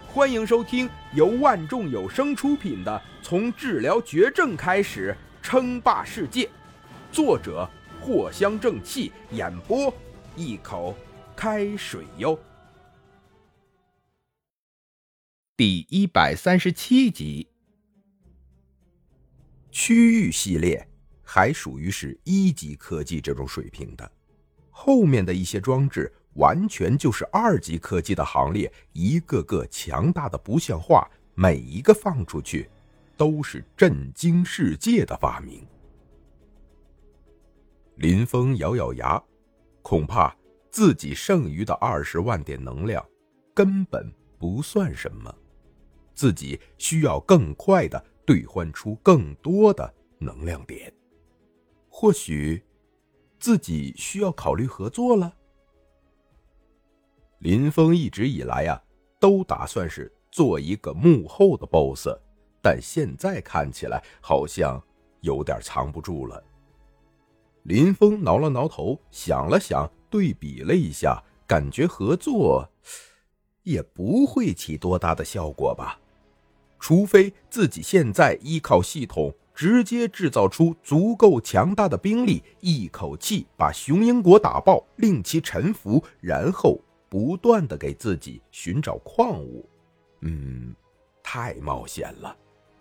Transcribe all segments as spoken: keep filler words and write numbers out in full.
欢迎收听由万众有声出品的《从治疗绝症开始称霸世界》，作者藿香正气，演播一口开水哟。第一百三十七集。区域系列还属于是一级科技这种水平的，后面的一些装置完全就是二级科技的行列，一个个强大的不像话，每一个放出去都是震惊世界的发明。林峰咬咬牙，恐怕自己剩余的二十万点能量根本不算什么，自己需要更快的兑换出更多的能量点。或许自己需要考虑合作了。林峰一直以来啊，都打算是做一个幕后的 boss， 但现在看起来好像有点藏不住了。林峰挠了挠头，想了想，对比了一下，感觉合作也不会起多大的效果吧。除非自己现在依靠系统直接制造出足够强大的兵力，一口气把雄鹰国打爆，令其臣服，然后不断的给自己寻找矿物，嗯，太冒险了。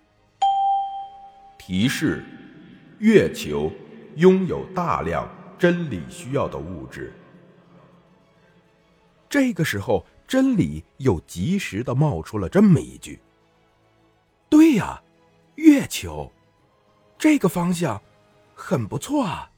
提示：月球拥有大量真理需要的物质。这个时候，真理又及时的冒出了这么一句：对呀，月球，这个方向很不错啊。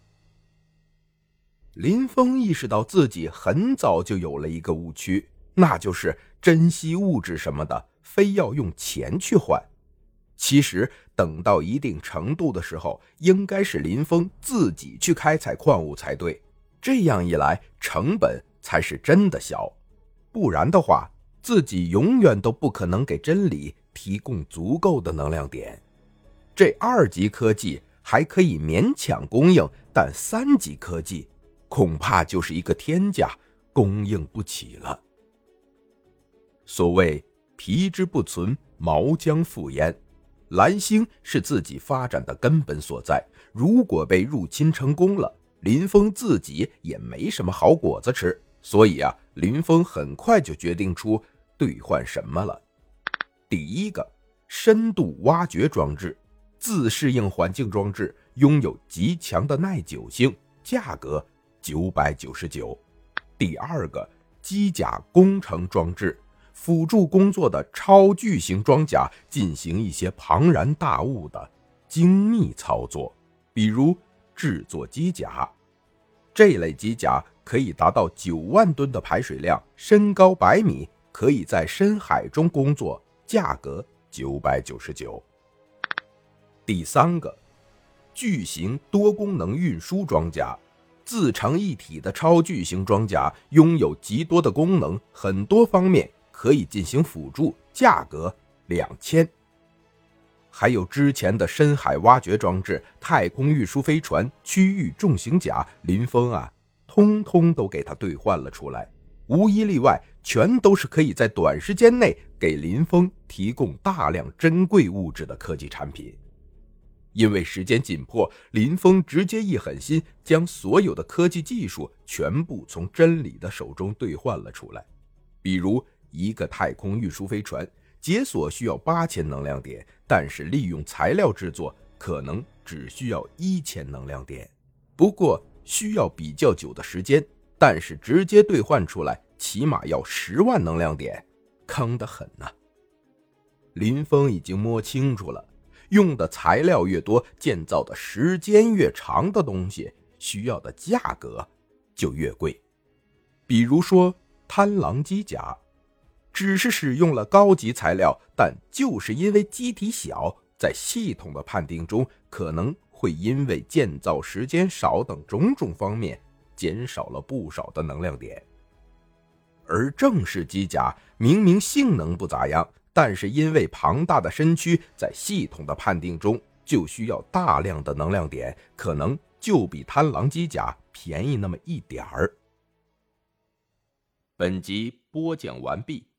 林峰意识到自己很早就有了一个误区，那就是珍稀物质什么的非要用钱去换。其实等到一定程度的时候，应该是林峰自己去开采矿物才对，这样一来成本才是真的小，不然的话自己永远都不可能给真理提供足够的能量点。这二级科技还可以勉强供应，但三级科技恐怕就是一个天价，供应不起了。所谓皮之不存，毛将复焉，蓝星是自己发展的根本所在，如果被入侵成功了，林峰自己也没什么好果子吃。所以啊，林峰很快就决定出兑换什么了。第一个，深度挖掘装置，自适应环境装置，拥有极强的耐久性，价格九百九十九。第二个，机甲工程装置，辅助工作的超巨型装甲，进行一些庞然大物的精密操作，比如制作机甲。这类机甲可以达到九万吨的排水量，身高百米，可以在深海中工作，价格九百九十九。第三个，巨型多功能运输装甲，自成一体的超巨型装甲，拥有极多的功能，很多方面可以进行辅助，价格两千。还有之前的深海挖掘装置、太空运输飞船、区域重型甲，林峰啊通通都给他兑换了出来，无一例外全都是可以在短时间内给林峰提供大量珍贵物质的科技产品。因为时间紧迫，林峰直接一狠心，将所有的科技技术全部从真理的手中兑换了出来。比如一个太空运输飞船，解锁需要八千能量点，但是利用材料制作可能只需要一千能量点，不过需要比较久的时间，但是直接兑换出来起码要十万能量点，坑得很啊。林峰已经摸清楚了，用的材料越多，建造的时间越长的东西，需要的价格就越贵。比如说贪狼机甲，只是使用了高级材料，但就是因为机体小，在系统的判定中可能会因为建造时间少等种种方面减少了不少的能量点。而正式机甲明明性能不咋样，但是因为庞大的身躯，在系统的判定中就需要大量的能量点，可能就比贪狼机甲便宜那么一点儿。本集播讲完毕。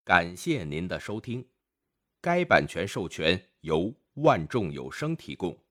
感谢您的收听，该版权授权由万众有声提供。